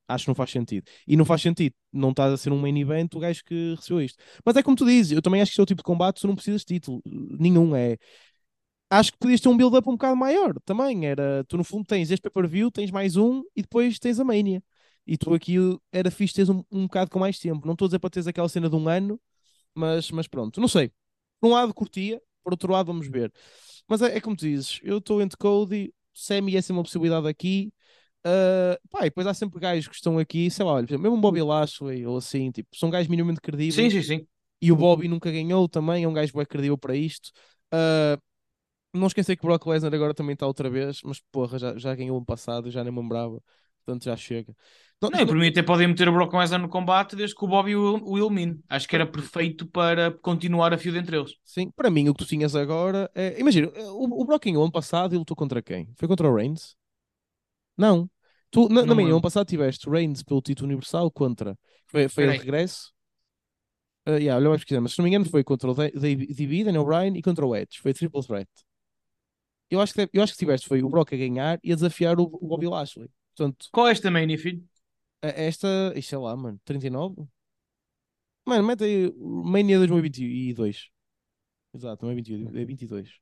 Acho que não faz sentido. E não faz sentido não estás a ser um main event o gajo que recebeu isto. Mas é como tu dizes, eu também acho que este é o tipo de combate, tu não precisas de título. Nenhum é. Acho que podias ter um build-up um bocado maior também. Era, tu no fundo tens este pay-per-view, tens mais um e depois tens a Mania. E tu aqui era fixe teres um bocado com mais tempo. Não estou a dizer para teres aquela cena de um ano, mas pronto, não sei. Por um lado curtia, por outro lado vamos ver. Mas é como tu dizes, eu estou entre Cody, Sammy é sempre uma possibilidade aqui. Pá, e depois há sempre gajos que estão aqui, sei lá, olha, por exemplo, mesmo um Bobby Lashley ou assim, tipo, são gajos minimamente Sim, sim, credíveis. sim. E o Bobby nunca ganhou também, é um gajo bem credível para isto. Uh, não esquecer que o Brock Lesnar agora também está outra vez, mas porra, já ganhou ano passado, já nem me lembrava, portanto já chega. Não, Não, e por mim até podem meter o Brock Lesnar no combate desde que o Bobby o elimine. Acho que era perfeito para continuar a feud entre eles. sim, para mim o que tu tinhas agora é. Imagina, o Brock ganhou ano passado e lutou contra quem? Foi contra o Reigns? Não. Tu, na Não me minha, ano lembro. passado tiveste Reigns pelo título universal contra. Foi Espera o de aí. regresso. Yeah, olha, vais pesquisar, mas se não me engano foi contra o DB, Daniel Bryan e contra o Edge. Foi triple threat. Eu acho que tiveste foi o Brock a ganhar e a desafiar o Bobby Lashley. Portanto, Qual é esta Mania, filho? esta, sei lá, mano, 39? Mano, mete aí Mania 2022. Exato, não é 21, é 22.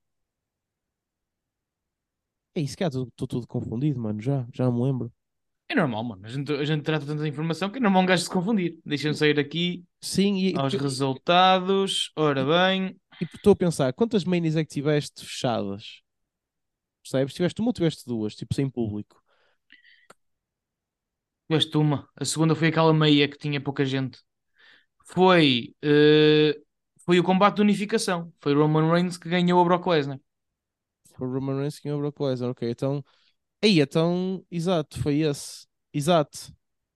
É isso, cara, estou todo confundido, mano, já não me lembro. É normal, mano. A gente trata tanta informação que é normal um gajo se confundir. Deixa-me sair aqui Sim, aos resultados. Ora bem. e estou a pensar, quantas Manias é que tiveste fechadas? Percebes? Tiveste uma ou tiveste duas, tipo, sem público? Tiveste uma. A segunda foi aquela meia que tinha pouca gente. Foi, foi o combate de unificação. Foi Roman Reigns que ganhou a Brock Lesnar. Foi o Roman Reigns que ganhou o Brock Lesnar, ok, então... Aí, então, exato, foi esse. Exato.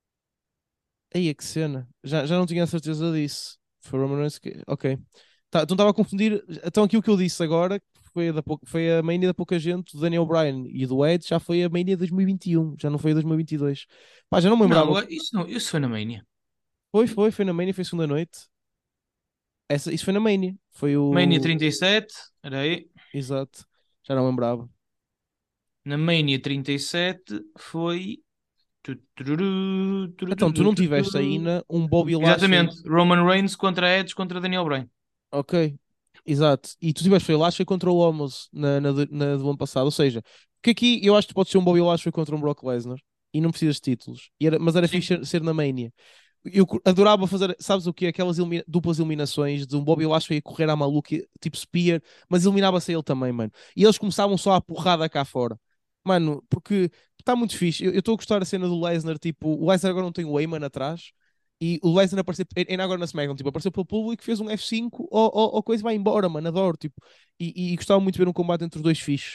Aí, que cena. Já não tinha a certeza disso. Foi o Roman Reigns que... Ok. Tá, então estava a confundir... Então aquilo que eu disse agora, que foi a Mania da pouca gente, do Daniel Bryan e do Edge, já foi a Mania 2021, já não foi a 2022. Pá, já não me lembrava. Não, isso não, isso foi na Mania. Foi na Mania, foi segunda noite. Isso foi na Mania. Foi Mania o. 37, era aí. Exato. Já não lembrava. Na Mania 37 foi. Tu, tururu, Então, tu tururu, não tiveste tururu. ainda um Bobby Lashley. Exatamente. Roman Reigns contra Edge contra Daniel Bryan. Ok. Exato. E tu tiveste foi Lashley contra o Omos na do ano passado. Ou seja, porque aqui eu acho que pode ser um Bobby Lashley contra um Brock Lesnar e não precisas de títulos. Mas era fixe Sim. ser na Mania. Eu adorava fazer, sabes o que? Aquelas duplas eliminações de um Bobby Lashley a correr à maluca, tipo Spear, mas eliminava-se ele também, mano. E eles começavam só a porrada cá fora. Mano, porque está muito fixe. Eu estou a gostar da cena do Lesnar, tipo, o Lesnar agora não tem o Heyman atrás. E o Lesnar apareceu, ainda agora na SmackDown, tipo, apareceu pelo público, fez um F5 ou coisa e vai embora, mano, adoro, tipo. E gostava muito de ver um combate entre os dois fixes.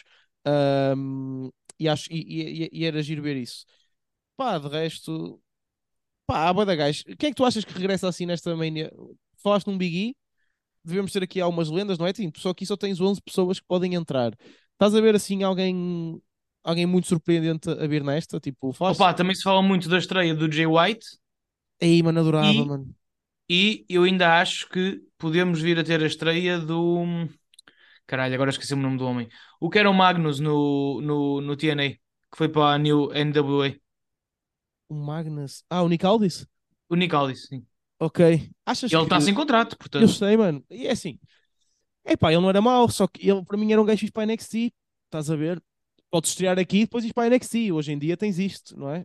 E, acho, e era giro ver isso. Pá, de resto, pá, há bué da gajo. Quem é que tu achas que regressa assim nesta Mania? Falaste num Big E? Devemos ter aqui algumas lendas, não é? Tipo, só aqui só tens 11 pessoas que podem entrar. Estás a ver assim alguém muito surpreendente a vir nesta? Tipo, faz. Opa, também se fala muito da estreia do Jay White Aí, mano, adorava, e, mano. e eu ainda acho que podemos vir a ter a estreia do. Caralho, agora esqueci o nome do homem. O que era o Magnus no TNA, que foi para a New NWA. O Magnus. Ah, o Nick Aldis? O Nick Aldis, sim. Ok. Achas E ele que. está sem contrato, Eu portanto. sei, mano. E é assim. Epá, ele não era mau, só que ele para mim era um gajo fixe para NXT. Estás a ver? Podes estrear aqui e depois ir para NXT. Hoje em dia tens isto, não é?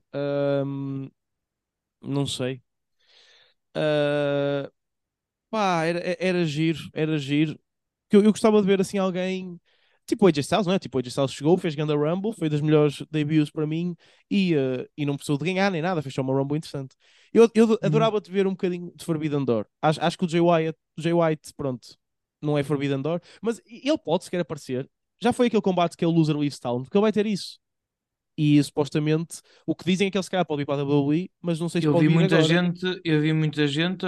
Não sei. Ah, pá, era giro, era giro. Que eu gostava de ver assim alguém. Tipo o AJ Styles, não é? Tipo o AJ Styles chegou, fez Ganda Rumble, foi das melhores debuts para mim e não precisou de ganhar nem nada, fez só uma Rumble interessante. Eu Uhum. adorava te ver um bocadinho de Forbidden Door. Acho que o Jay White, pronto, não é Forbidden Door, mas ele pode sequer aparecer. Já foi aquele combate que é o Loser Leaves Town, porque ele vai ter isso. E supostamente o que dizem é que ele se calhar pode ir para a WWE, mas não sei se pode vir agora. Eu vi muita gente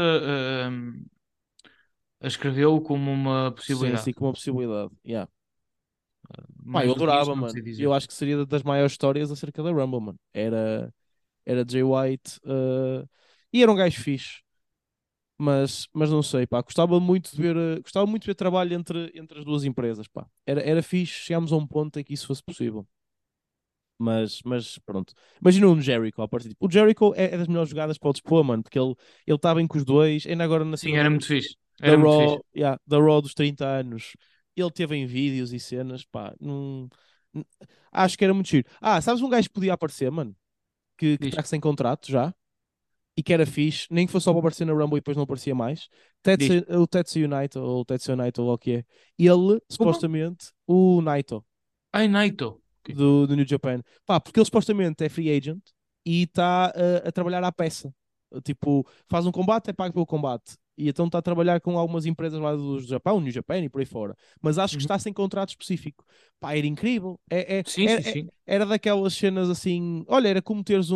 a escrevê-lo como uma Sim, sim, possibilidade. com uma possibilidade. Yeah. Pá, eu Mais do que isso, adorava, não sei mano. Eu dizer. acho que seria das maiores histórias acerca da Rumble, mano. Era Jay White e era um gajo fixe. Mas não sei, pá. Gostava muito de ver trabalho entre as duas empresas, pá. Era fixe, chegámos a um ponto em que isso fosse possível. Mas pronto. Imagina um Jericho a partir. O Jericho é das melhores jogadas para o dispor, mano, porque ele está bem com os dois, ainda agora na Sim, cena era muito fixe. da Era muito fixe. Raw, yeah, da Raw dos 30 anos. Ele teve em vídeos e cenas, pá, n- acho que era muito giro. Sabes um gajo que podia aparecer, mano? Que Diz, está sem contrato já e que era fixe, nem que fosse só para aparecer na Rumble e depois não aparecia mais. diz. O Tetsuya Naito, ou o Tetsuya Naito, ou o que é. Ele, Desculpa. supostamente, o Naito Ai, Naito. Ok. do New Japan. Pá, porque ele supostamente é free agent e está a trabalhar à peça. Tipo, faz um combate, é pago pelo combate. E então está a trabalhar com algumas empresas lá do Japão, New Japan e por aí fora. Mas acho que Uhum. está sem contrato específico. Pá, era incrível. Sim, sim, sim. Era daquelas cenas assim. Olha, era como teres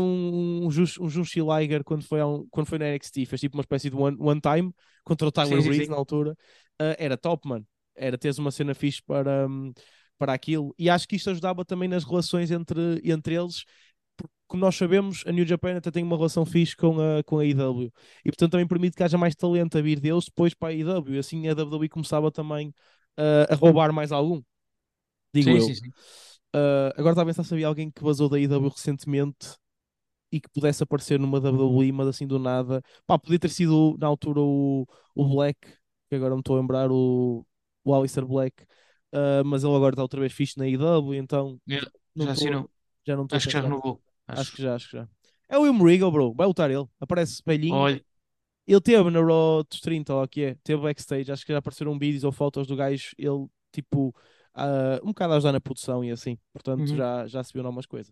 um Junshi Liger quando foi na NXT. Fez tipo uma espécie de one time contra o Sim, Tyler sim, Breeze sim. na altura. Era top, mano. Era teres uma cena fixe para aquilo. E acho que isto ajudava também nas relações entre eles. Porque, como nós sabemos, a New Japan até tem uma relação fixe com a AEW. E portanto também permite que haja mais talento a vir deles depois para a AEW. E assim a WWE começava também a roubar mais algum, digo Sim, eu. sim, sim. Agora estava a pensar se havia alguém que vazou da AEW recentemente e que pudesse aparecer numa WWE, mas assim do nada. Pá, podia ter sido na altura o Black, que agora me estou a lembrar, o Aleister Black. Mas ele agora está outra vez fixe na AEW, então Yeah, não já estou, assinou. já não estou a Acho que já pensar. renovou. Acho Acho. que já, acho que já. É o William Regal, bro. Vai lutar ele. Aparece velhinho. Olha. Ele teve na Raw dos 30, ou o que é? Teve backstage. Acho que já apareceram vídeos ou fotos do gajo. Ele, tipo, um bocado a ajudar na produção e assim. Portanto, Uhum. já se viu algumas coisas.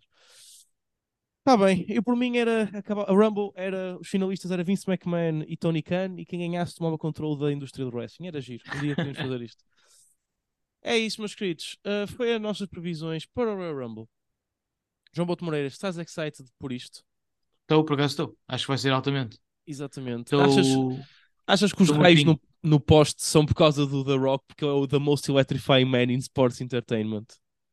Está bem. Eu, por mim, a Rumble era. Os finalistas era Vince McMahon e Tony Khan. E quem ganhasse tomava controle da indústria do wrestling. Era giro. Um dia podíamos fazer isto. É isso, meus queridos. Foi as nossas previsões para o Royal Rumble. João Boto Moreira, estás excited por isto? Estou, por acaso estou. Acho que vai ser altamente. Exatamente. Estou. Achas que os Estou raios mortinho. no poste são por causa do The Rock, porque é o The Most Electrifying Man in Sports Entertainment?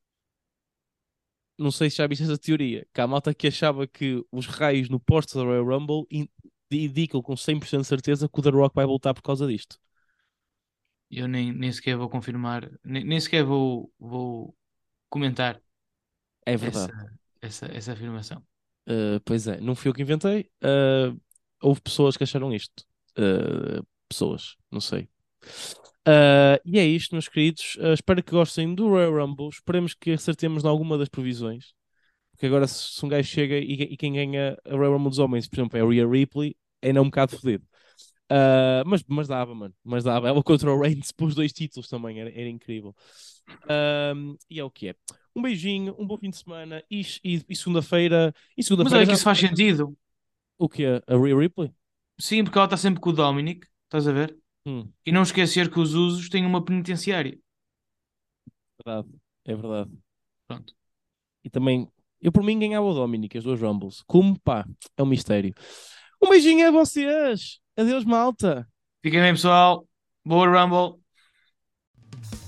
Não sei se já viste essa teoria. Que há malta que achava que os raios no poste da Royal Rumble indicam com 100% de certeza que o The Rock vai voltar por causa disto. Eu nem sequer vou confirmar. Nem sequer vou comentar É essa, verdade. essa afirmação. Pois é, não fui eu que inventei. Houve pessoas que acharam isto. Pessoas, não sei. E é isto, meus queridos. Espero que gostem do Royal Rumble. Esperemos que acertemos em alguma das previsões. Porque agora, se um gajo chega e quem ganha a Royal Rumble dos homens, por exemplo, é a Rhea Ripley, ainda é um bocado fodido. Mas dava, mano. Mas dava. Ela contra o Reigns pôs dois títulos também. Era incrível. E é o que é. Um beijinho, um bom fim de semana. E segunda-feira. E Mas segunda-feira olha que já. isso faz sentido. O que é? A Rhea Ripley? Sim, porque ela está sempre com o Dominic. Estás a ver? Hum, E não esquecer que os usos têm uma penitenciária. verdade. É verdade. Pronto. E também, eu por mim ganhava o Dominic, as duas Rumbles. Como, pá, é um mistério. Um beijinho a vocês. Adeus, malta. Fiquem bem, pessoal. Boa Rumble.